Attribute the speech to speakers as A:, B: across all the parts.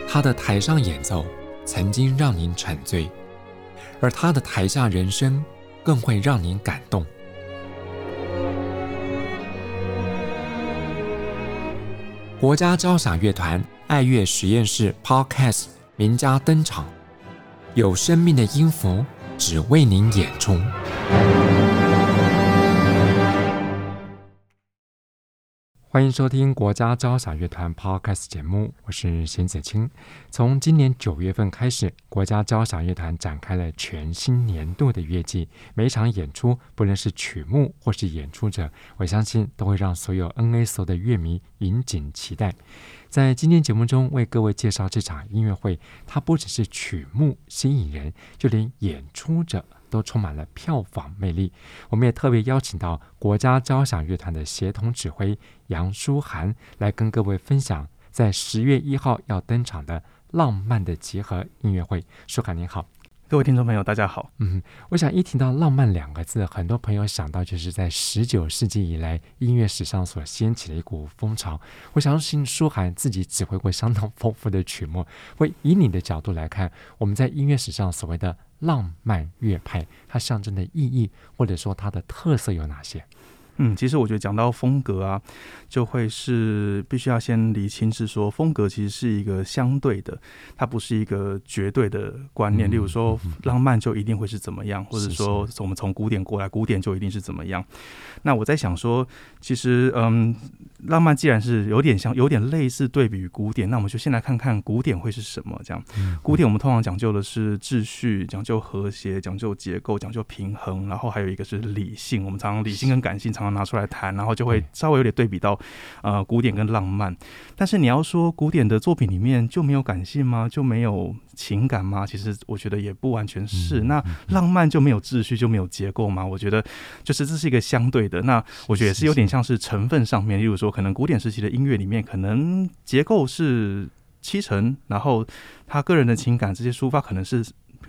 A: 他的台上演奏曾经让您沉醉，而他的台下人生更会让您感动。国家交响乐团爱乐实验室 Podcast 名家登场，有生命的音符只为您演出。欢迎收听国家交响乐团 Podcast 节目，我是邢子清。从今年9月份开始，国家交响乐团展开了全新年度的乐季，每一场演出不论是曲目或是演出者，我相信都会让所有 NSO 的乐迷引颈期待。在今天节目中为各位介绍这场音乐会，它不只是曲目吸引人，就连演出者都充满了票房魅力。我们也特别邀请到国家交响乐团的协同指挥杨书涵来跟各位分享在10月1号要登场的浪漫的集合音乐会。书涵您好。
B: 各位听众朋友大家好。
A: 我想一提到浪漫2个字，很多朋友想到就是在19世纪以来音乐史上所掀起的一股风潮。我相信书涵自己指挥过相当丰富的曲目，会以你的角度来看，我们在音乐史上所谓的浪漫乐派，它象征的意义或者说它的特色有哪些？
B: 其实我觉得讲到风格啊，就会是必须要先厘清，是说风格其实是一个相对的，它不是一个绝对的观念。例如说浪漫就一定会是怎么样，或者说我们从古典过来，古典就一定是怎么样。那我在想说，其实浪漫既然是有点类似对比于古典，那我们就先来看看古典会是什么。这样，古典我们通常讲究的是秩序，讲究和谐，讲究结构，讲究平衡，然后还有一个是理性。我们常常理性跟感性常常拿出来谈，然后就会稍微有点对比到古典跟浪漫。但是你要说古典的作品里面就没有感性吗？就没有情感吗？其实我觉得也不完全是。那浪漫就没有秩序，就没有结构吗？我觉得就是这是一个相对的。那我觉得也是有点像是成分上面，例如说可能古典时期的音乐里面可能结构是70%，然后他个人的情感这些抒发可能是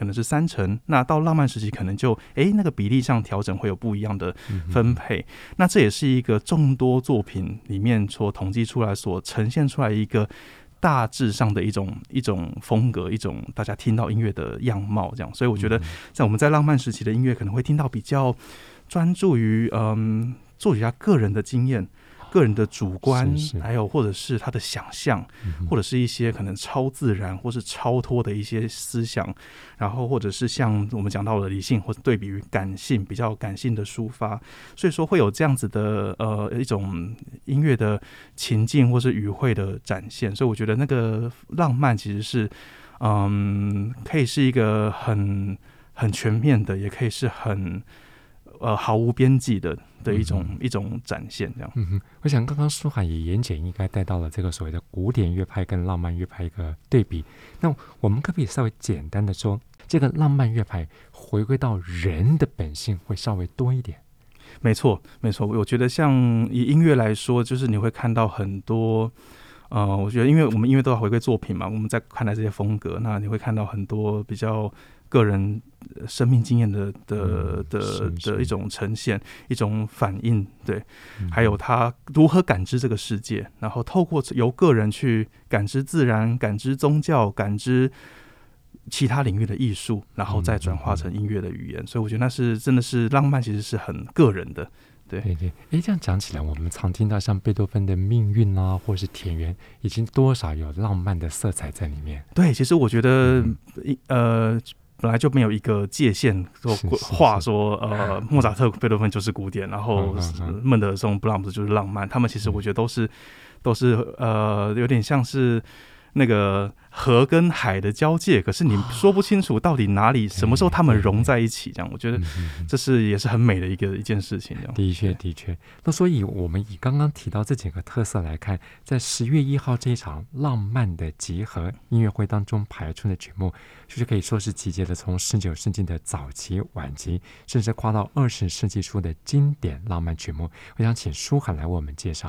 B: 30%，那到浪漫时期可能就那个比例上调整会有不一样的分配。那这也是一个众多作品里面所统计出来所呈现出来一个大致上的一种风格，一种大家听到音乐的样貌这样。所以我觉得在我们在浪漫时期的音乐可能会听到比较专注于作曲家个人的经验，个人的主观，还有或者是他的想象，或者是一些可能超自然或是超脱的一些思想，然后或者是像我们讲到的理性或者对比于感性，比较感性的抒发。所以说会有这样子的一种音乐的情境或是语汇的展现。所以我觉得那个浪漫其实是可以是一个很全面的，也可以是很毫无边际的一种展现这样。
A: 我想刚刚书涵也言简意赅带到了这个所谓的古典乐派跟浪漫乐派一个对比。那我们可不可以稍微简单的说，这个浪漫乐派回归到人的本性会稍微多一点？
B: 没错。我觉得像以音乐来说，就是你会看到很多我觉得因为我们音乐都要回归作品嘛，我们在看待这些风格，那你会看到很多比较个人生命经验的一种呈现，一种反应，对，还有他如何感知这个世界，然后透过由个人去感知自然，感知宗教，感知其他领域的艺术，然后再转化成音乐的语言。所以我觉得那是真的是浪漫，其实是很个人的。对，
A: 这样讲起来，我们常听到像贝多芬的命运啊，或是田园，已经多少有浪漫的色彩在里面。
B: 对，其实我觉得本来就没有一个界限说话说莫扎特、贝多芬就是古典，然后孟德尔松、布拉姆斯就是浪漫。他们其实我觉得都是有点像是那个河跟海的交界，可是你说不清楚到底哪里什么时候他们融在一起，这样我觉得这是也是很美的一件事情这样。
A: 的确。那所以我们以刚刚提到这几个特色来看，在10月1号这一场浪漫的集合音乐会当中排出的曲目，就是可以说是集结了从19世纪的早期、晚期，甚至跨到20世纪初的经典浪漫曲目。我想请书涵来为我们介绍。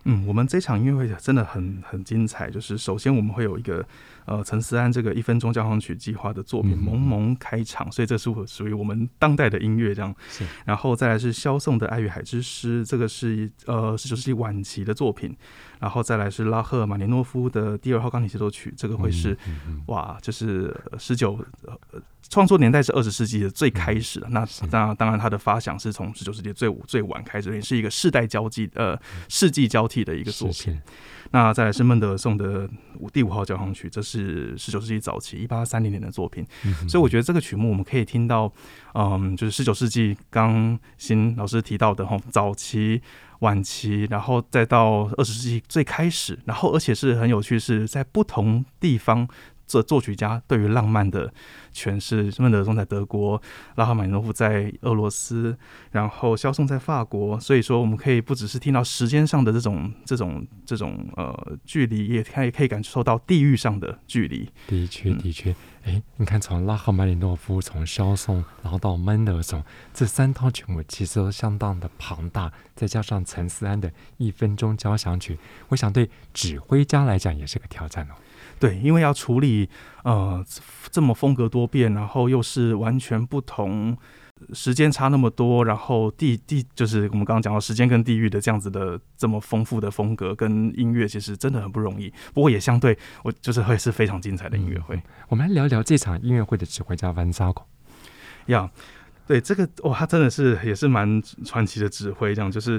B: 我们这场音乐会真的很精彩。就是首先我们会有一个陈思安这个1分钟交响曲计划的作品《蒙蒙》开场，所以这是属于我们当代的音乐这样。然后再来是萧颂的《爱与海之诗》，这个是19世纪晚期的作品。然后再来是拉赫玛尼诺夫的第2号钢琴协奏曲，这个会是哇，就是创作年代是20世纪的最开始的。那当然它的发想是从19世纪最晚开始，也是一个世纪交替的一个作品。那再来是孟德尔颂的第5号交响曲，这是19世纪早期1830年的作品。所以我觉得这个曲目我们可以听到就是19世纪刚新老师提到的早期晚期，然后再到20世纪最开始，然后而且是很有趣，是在不同地方这作曲家对于浪漫的诠释。孟德尔颂在德国，拉赫玛尼诺夫在俄罗斯，然后萧颂在法国。所以说我们可以不只是听到时间上的这种距离，也可以感受到地域上的距离。
A: 的确你看从拉赫玛尼诺夫，从萧颂，然后到孟德尔颂，这3套曲目其实都相当的庞大，再加上陈思安的1分钟交响曲，我想对指挥家来讲也是个挑战哦。
B: 对，因为要处理这么风格多变，然后又是完全不同，时间差那么多，然后就是我们刚刚讲到时间跟地域的这样子的这么丰富的风格跟音乐，其实真的很不容易。不过也相对我就是会是非常精彩的音乐会。
A: 我们来聊聊这场音乐会的指挥家Van Zagel。
B: 对，这个他真的是也是蛮传奇的指挥，这样就是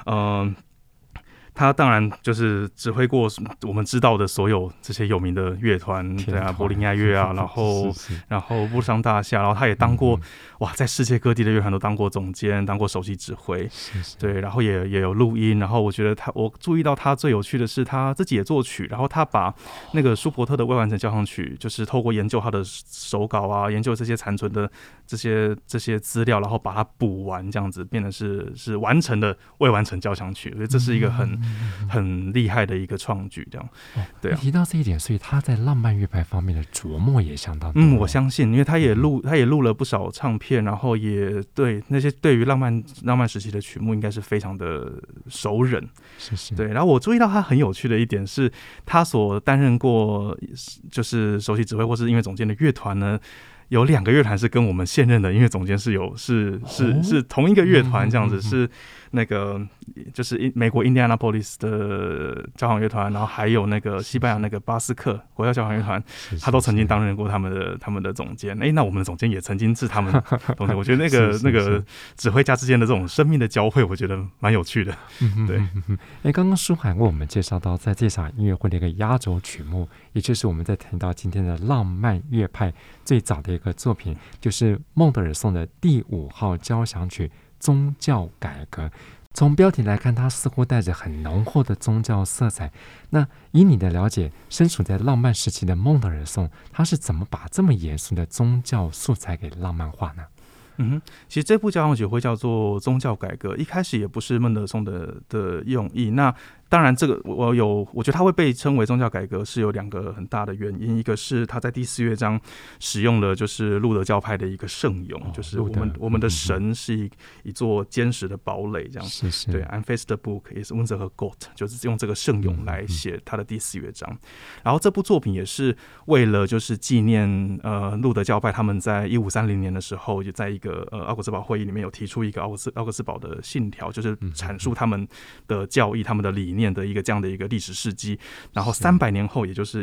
B: 他当然就是指挥过我们知道的所有这些有名的乐团，对啊，柏林爱乐啊，然后布商大厦，然后他也当过在世界各地的乐团都当过总监，当过首席指挥，对，然后也有录音。然后我觉得我注意到他最有趣的是他自己也作曲，然后他把那个舒伯特的未完成交响曲，就是透过研究他的手稿啊，研究这些残存的这些资料，然后把它补完，这样子变成是完成的未完成交响曲。我觉得这是一个很厉害的一个创举，这样。对啊，
A: 提到这一点，所以他在浪漫乐派方面的琢磨也相当多。
B: 我相信，因为他也录了不少唱片，然后也对那些对于浪漫时期的曲目应该是非常的熟稔。对。然后我注意到他很有趣的一点是，他所担任过就是首席指挥或是音乐总监的乐团呢，有2个乐团是跟我们现任的音乐总监是同一个乐团，这样子。是那个就是美国印第安纳波利斯的交响乐团，然后还有那个西班牙那个巴斯克国家交响乐团，他都曾经担任过他们的总监。那我们的总监也曾经是他们总监。我觉得那个指挥家之间的这种生命的交汇，我觉得蛮有趣的。
A: 对。刚刚舒涵为我们介绍到，在这场音乐会的一个压轴曲目，也就是我们在谈到今天的浪漫乐派最早的一个作品，就是孟德尔颂的第5号交响曲宗教改革。从标题来看，它似乎带着很浓厚的宗教色彩。那以你的了解，身处在浪漫时期的孟德尔颂，他是怎么把这么严肃的宗教素材给浪漫化呢？
B: 其实这部交响曲会叫做宗教改革，一开始也不是孟德尔颂的用意。那当然，这个我觉得它会被称为宗教改革是有2个很大的原因。一个是他在第4乐章使用了就是路德教派的一个圣咏，就是我们的神是一座坚实的堡垒，这样。对 ，Unfaced Book is unser Gott， 就是用这个圣咏来写他的第4乐章。然后这部作品也是为了就是纪念路德教派他们在1530年的时候，就在一个奥古斯堡会议里面有提出一个奥古斯堡的信条，就是阐述他们的教义、他们的理念的这样的一个历史事迹。然后300年后，也就是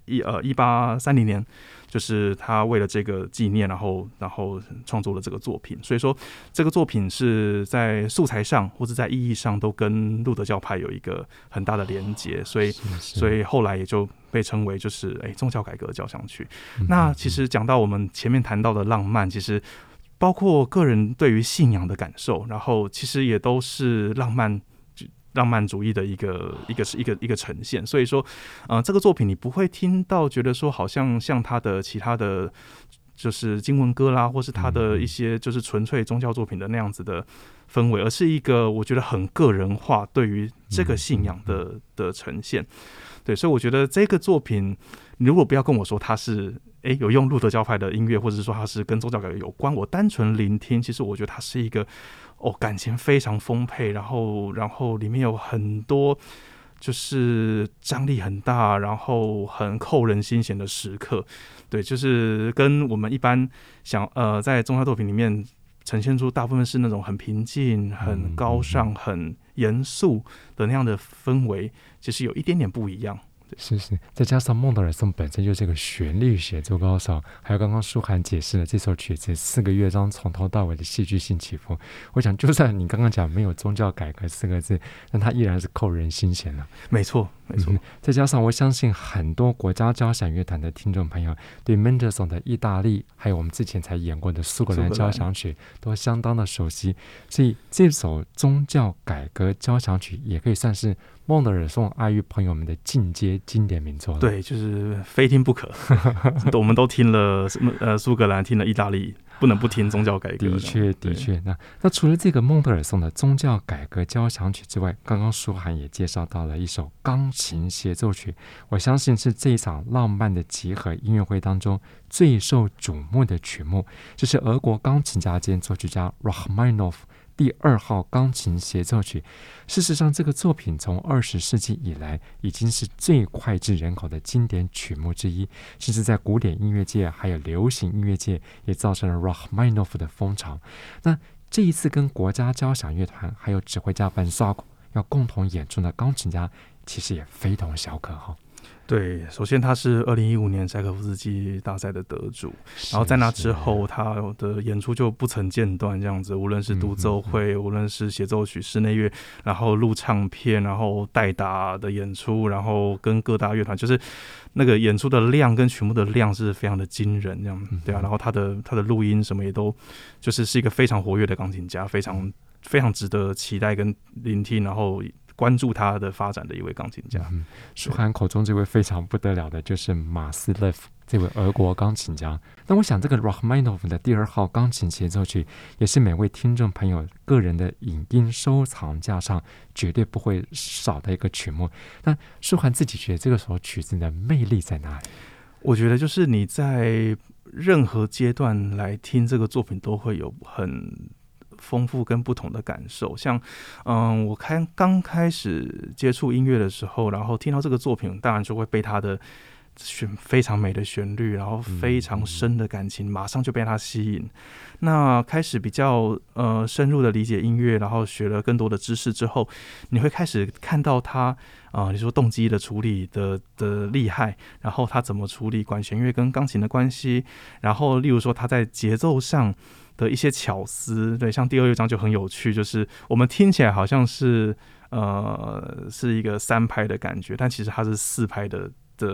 B: 1830年，就是他为了这个纪念，然后创作了这个作品。所以说这个作品是在素材上或者在意义上都跟路德教派有一个很大的连结，所以后来也就被称为就是宗教改革交响曲。那其实讲到我们前面谈到的浪漫，其实包括个人对于信仰的感受，然后其实也都是浪漫主义的一个呈现。所以说这个作品你不会听到觉得说好像他的其他的就是经文歌啦，或是他的一些就是纯粹宗教作品的那样子的氛围，而是一个我觉得很个人化对于这个信仰的呈现。对，所以我觉得这个作品你如果不要跟我说它是有用路德教派的音乐，或者是说它是跟宗教改革有关，我单纯聆听，其实我觉得它是一个感情非常丰沛，然后里面有很多就是张力很大，然后很扣人心弦的时刻。对，就是跟我们一般在宗教作品里面呈现出大部分是那种很平静、很高尚、很严肃的那样的氛围，其实有一点点不一样。
A: 是，再加上孟德尔颂本身就是个旋律写作高手，还有刚刚书涵解释了这首曲子4个乐章从头到尾的戏剧性起伏，我想就算你刚刚讲没有宗教改革4个字，但它依然是扣人心弦了。
B: 没错。
A: 再加上我相信很多国家交响乐团的听众朋友对 Mendelssohn 的意大利还有我们之前才演过的苏格兰交响曲都相当的熟悉，所以这首宗教改革交响曲也可以算是孟德尔颂爱乐朋友们的进阶经典名作了。
B: 对，就是非听不可我们都听了苏格兰，听了意大利，不能不听宗教改革。
A: 的确。那除了这个孟德尔颂的宗教改革交响曲之外，刚刚书涵也介绍到了一首钢琴协奏曲，我相信是这一场浪漫的集合音乐会当中最受瞩目的曲目，就是俄国钢琴家兼作曲家 Rachmaninoff第2号钢琴协奏曲。事实上，这个作品从20世纪以来已经是最脍炙人口的经典曲目之一，甚至在古典音乐界还有流行音乐界也造成了 Rachmaninoff 的风潮。那这一次跟国家交响乐团还有指挥家班萨库要共同演出的钢琴家其实也非同小可哈。
B: 对，首先他是2015年柴可夫斯基大赛的得主，然后在那之后他的演出就不曾间断，这样子，无论是独奏会，无论是协奏曲、室内乐，然后录唱片，然后代打的演出，然后跟各大乐团，就是那个演出的量跟曲目的量是非常的惊人，这样，对啊，然后他的录音什么也都是一个非常活跃的钢琴家，非常值得期待跟聆听，然后关注他的发展的一位钢琴家。
A: 书涵口中这位非常不得了的就是马斯勒夫这位俄国钢琴家。那我想这个 Rachmaninoff 的第2号钢琴协奏曲也是每位听众朋友个人的影音收藏架上绝对不会少的一个曲目。那书涵自己觉得这个首曲子的魅力在哪里？
B: 我觉得就是你在任何阶段来听这个作品都会有很丰富跟不同的感受。像我刚开始接触音乐的时候，然后听到这个作品，当然就会被它的非常美的旋律，然后非常深的感情，马上就被它吸引。那开始比较深入的理解音乐，然后学了更多的知识之后，你会开始看到它你说动机的处理的厉害，然后它怎么处理管弦乐跟钢琴的关系，然后例如说它在节奏上的一些巧思。对，像第2乐章就很有趣，就是我们听起来好像是一个3拍的感觉，但其实它是4拍的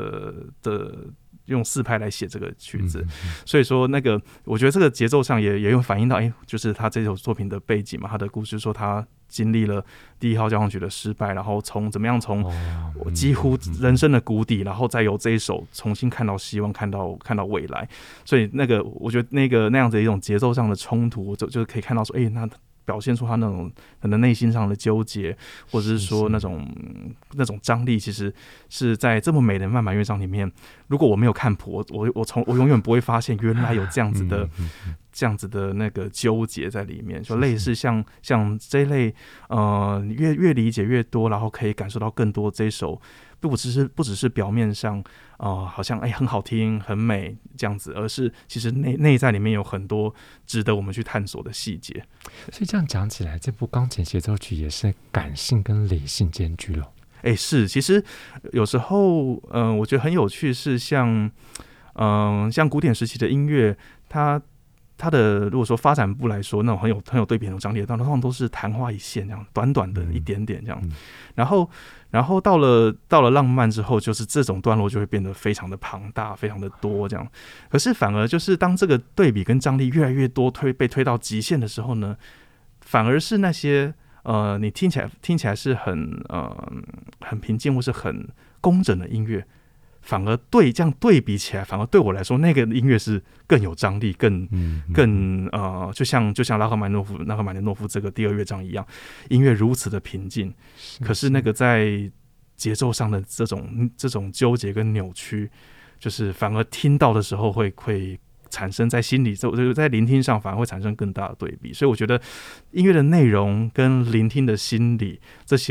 B: 用4拍来写这个曲子。所以说那个我觉得这个节奏上也有反映到就是他这首作品的背景嘛，他的故事说他经历了第1号交响曲的失败，然后怎么样从几乎人生的谷底，然后再由这一首重新看到希望，看到未来。所以那个我觉得那样子一种节奏上的冲突，就可以看到说那表现出他那种可能内心上的纠结，或者是说那种张力，其实是在这么美的慢板乐章里面，如果我没有看谱，我永远不会发现原来有这样子的那个纠结在里面。就类似像这一类越理解越多，然后可以感受到更多这一首不只是表面上好像很好听很美这样子，而是其实内在里面有很多值得我们去探索的细节。
A: 所以这样讲起来，这部钢琴协奏曲也是感性跟理性兼具了。
B: 是，其实有时候我觉得很有趣是像古典时期的音乐，它的如果说发展部来说，那种很有对比很有张力的，通常都是昙花一现这样，短短的一点点这样。然后到了浪漫之后，就是这种段落就会变得非常的庞大，非常的多这样。可是反而就是当这个对比跟张力越来越多，被推到极限的时候呢，反而是那些你听起来是很平静或是很工整的音乐，反而这样对比起来，反而对我来说，那个音乐是更有张力，更就像拉赫玛尼诺夫这个第2乐章一样，音乐如此的平静，可是那个在节奏上的这种纠结跟扭曲，就是反而听到的时候会产生在心里，在聆听上反而会产生更大的对比。所以我觉得音乐的内容跟聆听的心理这些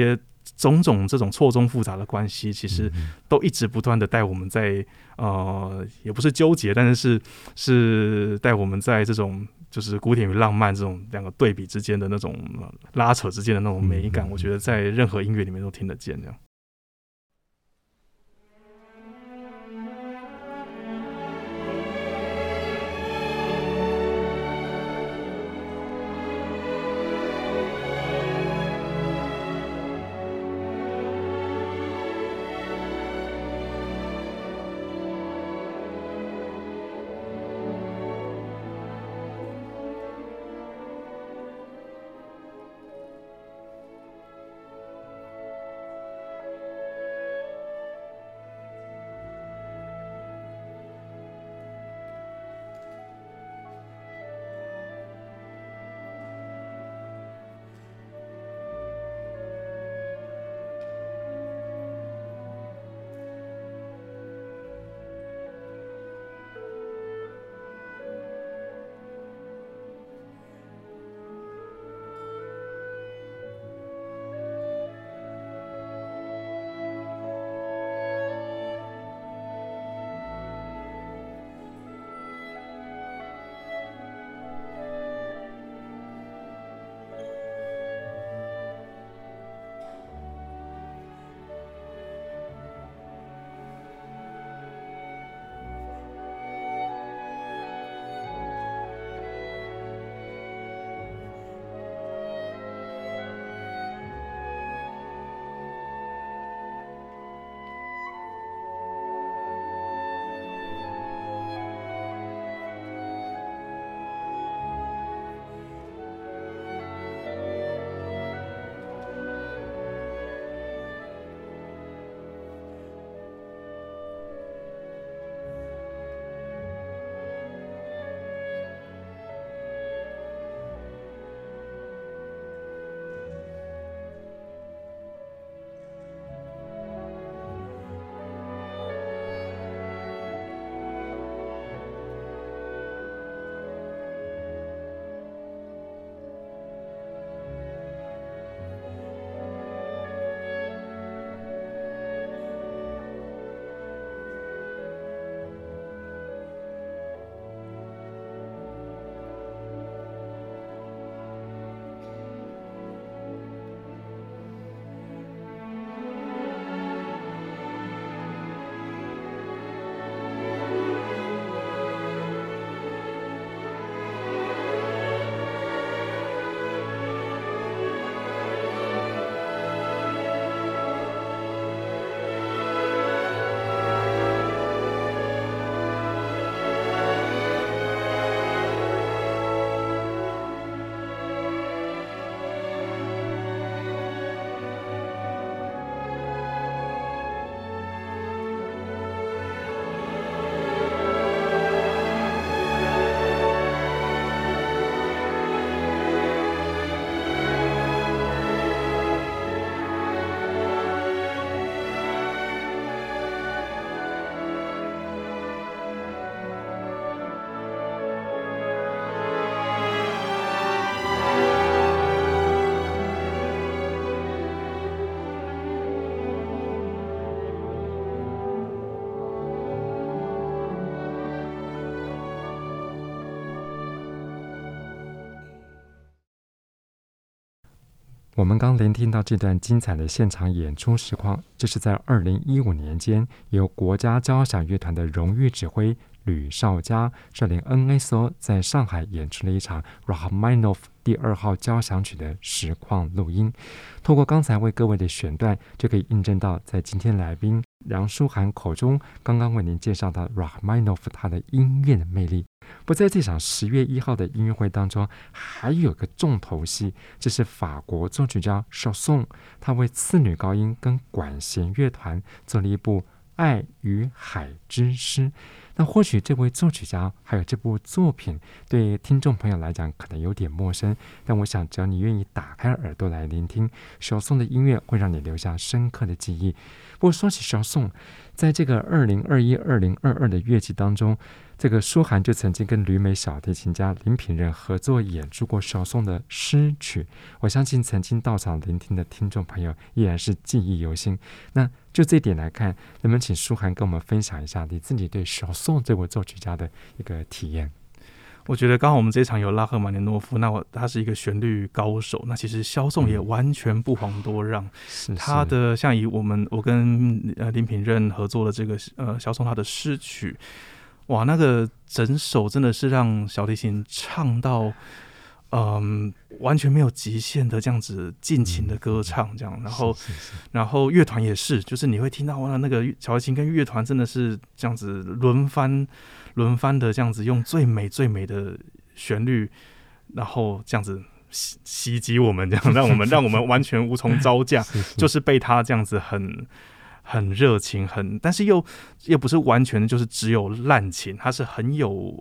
B: 种种这种错综复杂的关系，其实都一直不断的带我们在也不是纠结，但是带我们在这种就是古典与浪漫这种两个对比之间的那种拉扯之间的那种美感，我觉得在任何音乐里面都听得见这样。
A: 我们刚聆听到这段精彩的现场演出实况，这是在2015年间由国家交响乐团的荣誉指挥吕绍嘉率领 NSO 在上海演出了一场 Rachmaninoff 第2号交响曲的实况录音。透过刚才为各位的选段，就可以印证到在今天来宾梁书涵口中刚刚为您介绍到 Rachmaninoff 他的音乐的魅力。不在这场10月1号的音乐会当中，还有个重头戏，这是法国作曲家 Chausson 他为次女高音跟管弦乐团做了一部《爱与海之诗》。那或许这位作曲家还有这部作品对听众朋友来讲可能有点陌生，但我想只要你愿意打开耳度来聆听小宋的音乐，会让你留下深刻的记忆。不过说起小宋，在这个2021-2022的乐季当中，这个舒涵就曾经跟旅美小提琴家林品任合作演出过小宋的诗曲，我相信曾经到场聆听的听众朋友依然是记忆犹新。那就这一点来看，能不能请舒涵跟我们分享一下你自己对小宋这位作曲家的一个体验？
B: 我觉得刚好我们这场有拉赫玛尼诺夫，那他是一个旋律高手，那其实萧颂也完全不遑多让。他的像我跟林品任合作的这个萧颂他的诗曲，哇，那个整首真的是让小提琴唱到完全没有极限的这样子尽情的歌唱这样，然后乐团也是，就是你会听到哇，那个小提琴跟乐团真的是这样子轮番的这样子用最美的旋律，然后这样子袭击我们，这样让我们完全无从招架，就是被他这样子很热情，但是又不是完全就是只有滥情，它是很有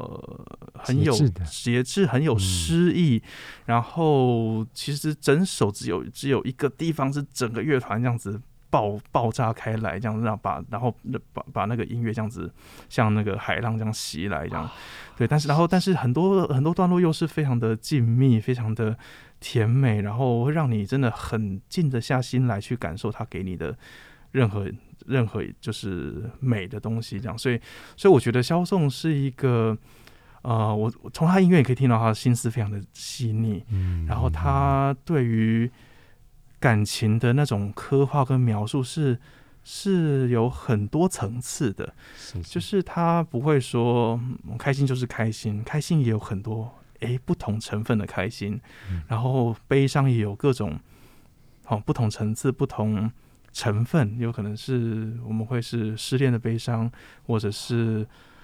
B: 节制，很有诗意。然后其实整首只有一个地方是整个乐团这样子爆炸开来，这样然后把那个音乐这样子像那个海浪这样袭来，这样对。但是很多段落又是非常的静谧，非常的甜美，然后会让你真的很静得下心来去感受它给你的任何就是美的东西，这样，所以我觉得萧颂是一个，我从他音乐也可以听到他的心思非常的细腻，然后他对于感情的那种刻画跟描述是有很多层次的，就是他不会说开心就是开心，开心也有很多不同成分的开心，然后悲伤也有各种不同层次不同成分，有可能是我们会是失恋的悲伤，或者是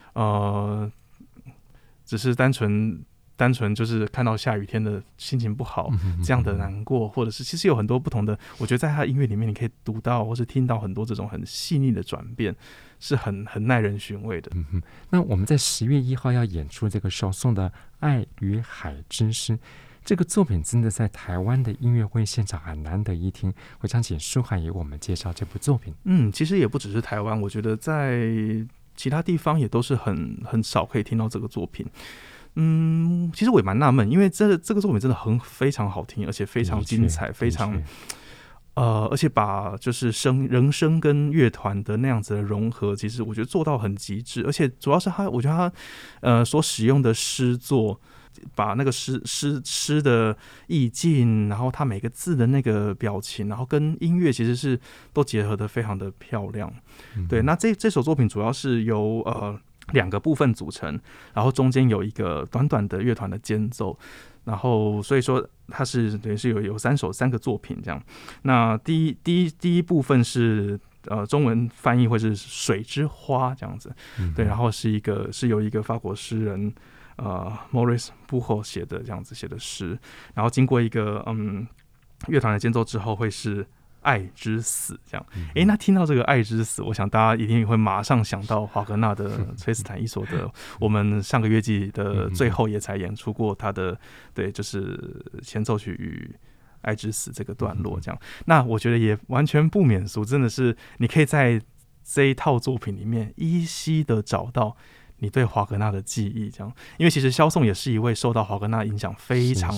B: 只是单纯就是看到下雨天的心情不好这样的难过，或者是其实有很多不同的，我觉得在他的音乐里面你可以读到或是听到很多这种很细腻的转变，是很耐人寻味的。
A: 那我们在10月1号要演出这个小宋的《爱与海之诗》，这个作品真的在台湾的音乐会现场很难得一听，我想请舒涵也为我们介绍这部作品。
B: 其实也不只是台湾，我觉得在其他地方也都是很少可以听到这个作品。其实我也蛮纳闷，因为这个作品真的非常好听，而且非常精彩，非常而且把就是人声跟乐团的那样子的融合，其实我觉得做到很极致，而且主要是我觉得他所使用的诗作，把那个诗的意境，然后他每个字的那个表情，然后跟音乐其实是都结合得非常的漂亮。对，那这首作品主要是由2个部分组成，然后中间有一个短短的乐团的间奏，然后所以说它是等于是有3个作品这样。那第一部分是中文翻译会是水之花这样子，对，然后是由一个法国诗人Maurice Buchholz 写的诗，然后经过一个乐团的间奏之后会是爱之死这样。那听到这个爱之死，我想大家一定会马上想到华格纳的崔斯坦伊索德，我们上个月季的最后也才演出过他的对，就是前奏曲与爱之死这个段落这样。那我觉得也完全不免俗，真的是你可以在这一套作品里面依稀的找到你对华格纳的记忆，这样，因为其实萧颂也是一位受到华格纳影响非常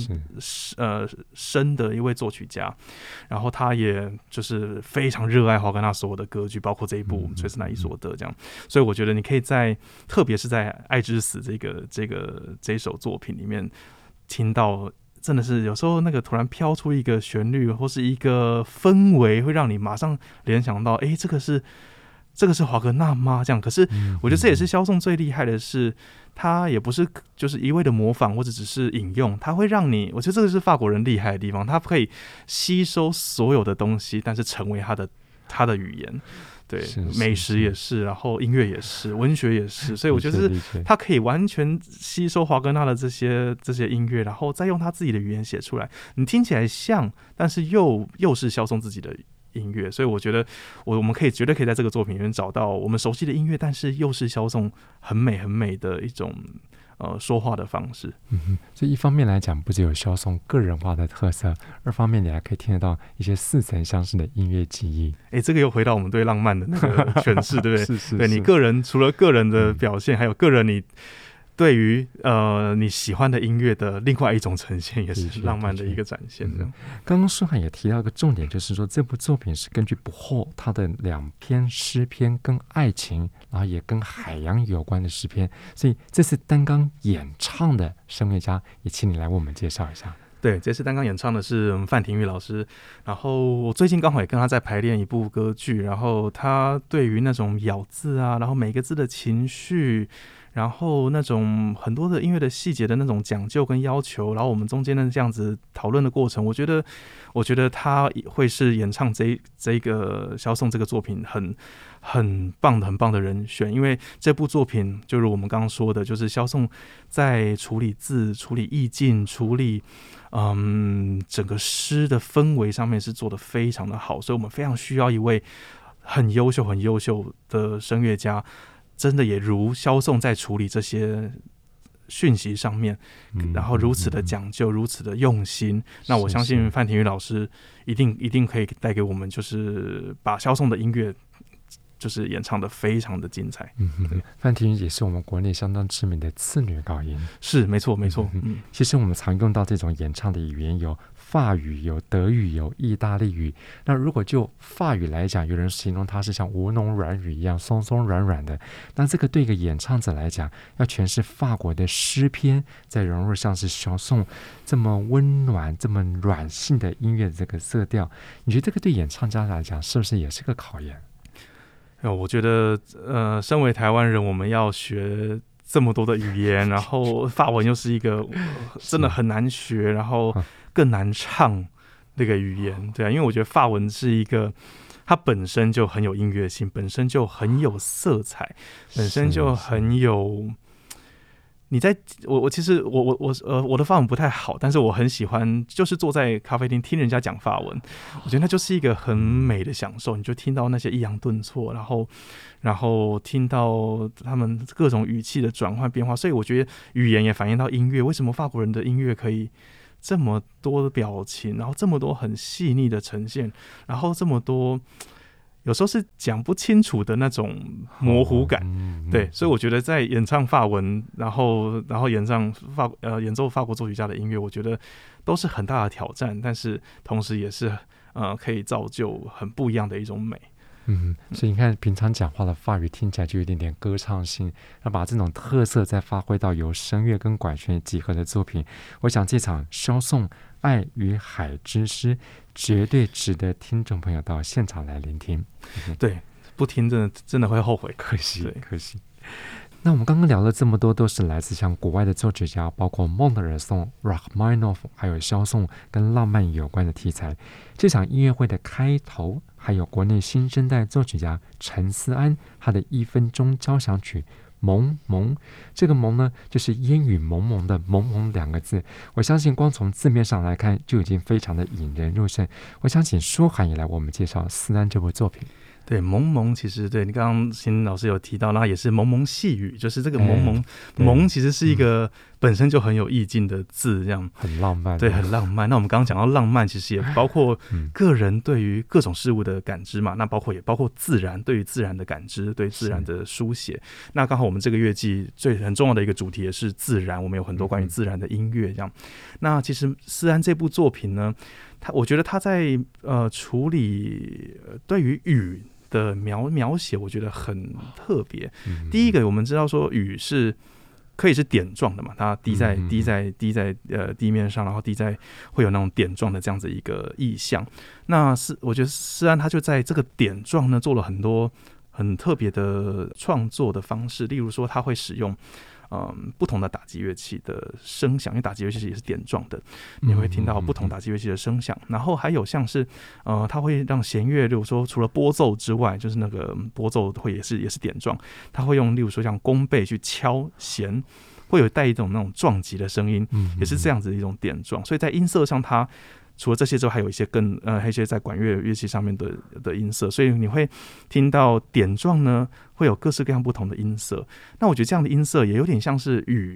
B: 深的一位作曲家，然后他也就是非常热爱华格纳所有的歌剧，包括这一部《崔斯坦伊索德》这样，所以我觉得你可以特别是在《爱之死》这一首作品里面听到。真的是有时候那个突然飘出一个旋律或是一个氛围，会让你马上联想到，这个是华格纳吗？这样，可是我觉得这也是萧颂最厉害的是，他也不是就是一味的模仿或者只是引用，他会让你，我觉得这个是法国人厉害的地方，他可以吸收所有的东西，但是成为他的语言。对，美食也是，然后音乐也是，文学也是，所以我觉得他可以完全吸收华格纳的这些音乐，然后再用他自己的语言写出来，你听起来像，但是又是萧颂自己的音乐，所以我觉得我们绝对可以在这个作品里面找到我们熟悉的音乐，但是又是萧颂很美的一种说话的方式。
A: 所以一方面来讲，不只有萧颂个人化的特色，二方面你还可以听得到一些似曾相识的音乐记忆。
B: 这个又回到我们对浪漫的那个诠释，对不对？
A: 是
B: 对你个人除了个人的表现，还有个人你对于你喜欢的音乐的另外一种呈现，也是浪漫的一个展现。
A: 刚刚书涵也提到一个重点，就是说这部作品是根据不惑他的2篇诗篇跟爱情，然后也跟海洋有关的诗篇，所以这次担纲演唱的声乐家也请你来为我们介绍一下。
B: 对，这次担纲演唱的是我们范廷玉老师，然后我最近刚好也跟他在排练一部歌剧，然后他对于那种咬字啊，然后每个字的情绪，然后那种很多的音乐的细节的那种讲究跟要求，然后我们中间的这样子讨论的过程，我觉得他会是演唱这个萧颂这个作品很棒的人选，因为这部作品就如我们刚刚说的，就是萧颂在处理字、处理意境、处理整个诗的氛围上面是做得非常的好，所以我们非常需要一位很优秀的声乐家，真的也如萧颂在处理这些讯息上面，然后如此的讲究，如此的用心。那我相信范廷玉老师一定可以带给我们，就是把萧颂的音乐就是演唱的非常的精彩。
A: 范廷玉也是我们国内相当知名的次女高音，
B: 是没错。
A: 其实我们常用到这种演唱的语言有法语、有德语、有意大利语。那如果就法语来讲，有人形容它是像吴侬软语一样松松软软的。那这个对一个演唱者来讲，要诠释法国的诗篇，再融入像是萧颂这么温暖、这么软性的音乐的这个色调，你觉得这个对演唱家来讲是不是也是个考验？
B: 我觉得身为台湾人，我们要学这么多的语言，然后法文又是一个真的很难学，然后更难唱那个语言。对啊，因为我觉得法文是一个它本身就很有音乐性，本身就很有色彩，本身就很有我其实我的法文不太好，但是我很喜欢，就是坐在咖啡厅听人家讲法文，我觉得那就是一个很美的享受。你就听到那些抑扬顿挫，然后听到他们各种语气的转换变化，所以我觉得语言也反映到音乐。为什么法国人的音乐可以这么多的表情，然后这么多很细腻的呈现，然后这么多有时候是讲不清楚的那种模糊感，对，所以我觉得在演唱法文，然后演奏法国作曲家的音乐，我觉得都是很大的挑战，但是同时也是可以造就很不一样的一种美。
A: 所以你看平常讲话的法语听起来就有点点歌唱性，要把这种特色再发挥到由声乐跟管弦集合的作品，我想这场萧颂爱与海之诗绝对值得听众朋友到现场来聆听。
B: 对，不听真的会后悔，
A: 可惜。那我们刚刚聊了这么多，都是来自像国外的作曲家，包括孟德尔颂、Rachmaninoff， 还有萧颂跟浪漫有关的题材。这场音乐会的开头，还有国内新生代作曲家陈思安他的1分钟交响曲蒙蒙，这个蒙呢，就是烟雨蒙蒙的蒙蒙2个字。我相信光从字面上来看，就已经非常的引人入胜。我想请书涵也来为我们介绍思安这部作品。
B: 对，蒙蒙其实对你刚刚邢老师有提到，那也是蒙蒙细雨，就是这个蒙蒙蒙其实是一个本身就很有意境的字，这样
A: 很浪漫。
B: 对，很浪漫。那我们刚刚讲到浪漫，其实也包括个人对于各种事物的感知嘛，那也包括自然，对于自然的感知，对自然的书写。那刚好我们这个乐季很重要的一个主题也是自然，我们有很多关于自然的音乐这样。那其实思安这部作品呢，我觉得他在处理对于雨的描写，我觉得很特别。第一个，我们知道说雨是可以是点状的嘛，它滴在地面上，然后会有那种点状的这样子一个意象。那我觉得思安他就在这个点状呢做了很多很特别的创作的方式，例如说他会使用不同的打击乐器的声响，因为打击乐器也是点状的，你会听到不同打击乐器的声响。然后还有像是它会让弦乐，例如说除了拨奏之外，就是那个拨奏会也是点状，它会用例如说像弓背去敲弦，会有带一种那种撞击的声音，也是这样子的一种点状。所以在音色上，它除了这些之后，还有一些还有一些在管乐器上面的音色，所以你会听到点状呢会有各式各样不同的音色。那我觉得这样的音色也有点像是雨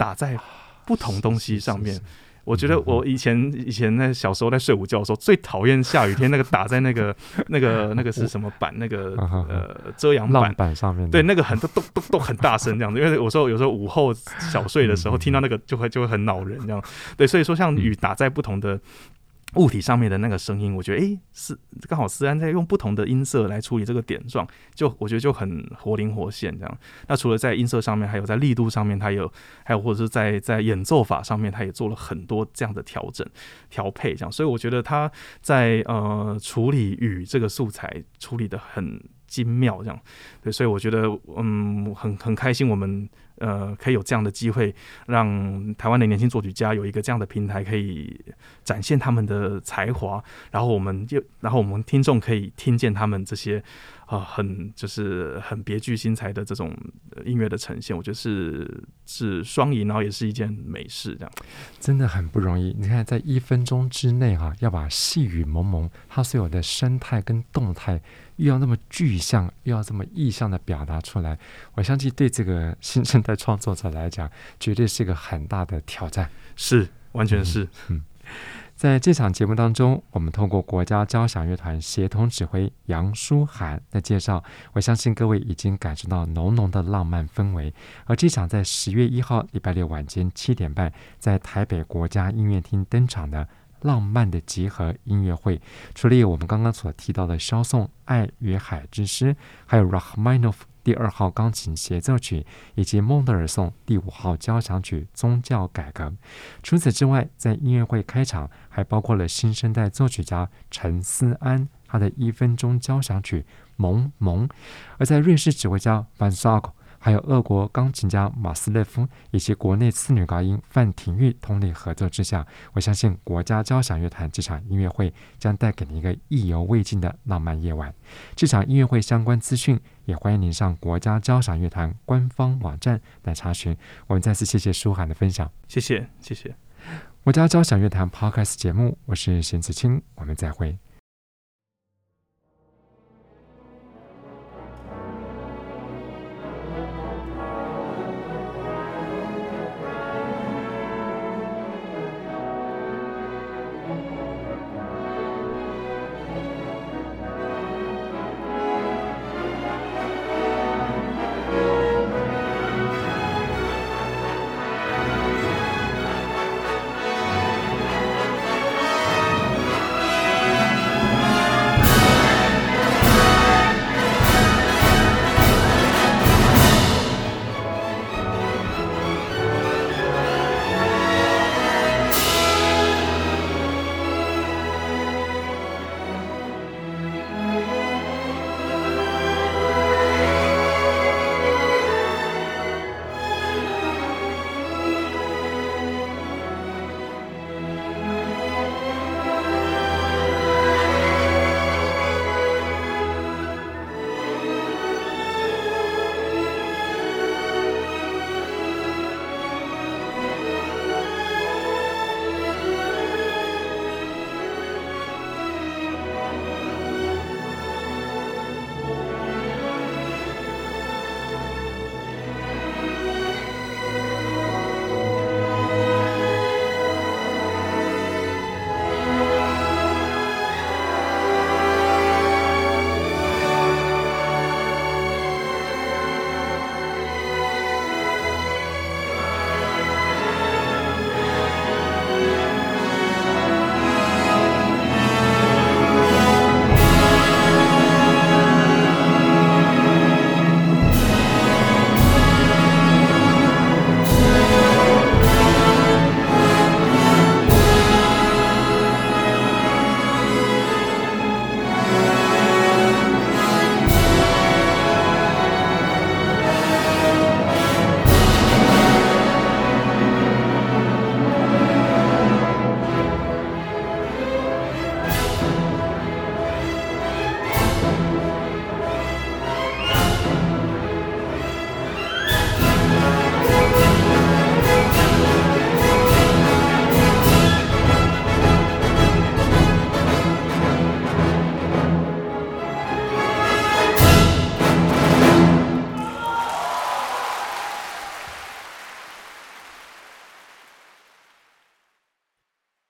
B: 打在不同东西上面。
A: 是
B: 我觉得我以前在小时候在睡午觉的时候，最讨厌下雨天那个打在那个是什么板，那个遮阳
A: 浪板上面的，
B: 对，那个都很大声这样子。因为有时候午后小睡的时候听到那个就会很恼人这样。对，所以说像雨打在不同的物体上面的那个声音，我觉得是刚好思安在用不同的音色来处理这个点状，我觉得就很活灵活现这样。那除了在音色上面，还有在力度上面，还有或者是在演奏法上面，他也做了很多这样的调整调配这样。所以我觉得他在处理雨这个素材处理的很精妙这样。对，所以我觉得很开心我们可以有这样的机会，让台湾的年轻作曲家有一个这样的平台，可以展现他们的才华，然后我们听众可以听见他们这些就是很别具心裁的这种音乐的呈现。我觉得是双赢，然后也是一件美事，这样
A: 真的很不容易。你看，在1分钟之内要把细雨蒙蒙它所有的生态跟动态，又要那么具象，又要这么意象的表达出来，我相信对这个新生代创作者来讲，绝对是一个很大的挑战。
B: 是，完全是。
A: 在这场节目当中，我们透过国家交响乐团协同指挥杨舒涵的介绍，我相信各位已经感受到浓浓的浪漫氛围。而这场在10月1号礼拜六晚间7点半在台北国家音乐厅登场的浪漫的集合音乐会，除了有我们刚刚所提到的肖颂《爱与海之诗》，还有 Rachmaninoff第2号钢琴协奏曲，以及孟德尔颂第5号交响曲宗教改革。除此之外，在音乐会开场还包括了新生代作曲家陈思安他的1分钟交响曲蒙蒙，而在瑞士指挥家 Van Sark，还有俄国钢琴家马斯列夫以及国内次女高音范廷玉通力合作之下，我相信国家交响乐团这场音乐会将带给你一个意犹未尽的浪漫夜晚。这场音乐会相关资讯也欢迎您上国家交响乐团官方网站来查询。我们再次谢谢舒涵的分享，
B: 谢谢。
A: 国家交响乐团 Podcast 节目，我是沈子清，我们再会。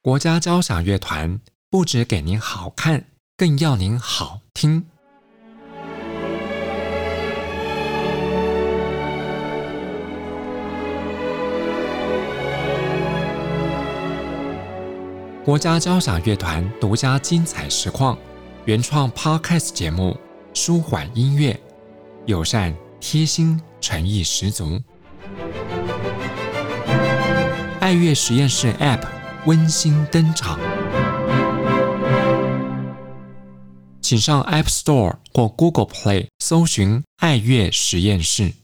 A: 国家交响乐团不只给您好看，更要您好听。国家交响乐团独家精彩实况，原创 Podcast 节目，舒缓音乐，友善贴心，诚意十足。爱乐实验室 App 温馨登场，请上 App Store 或 Google Play 搜寻爱乐实验室。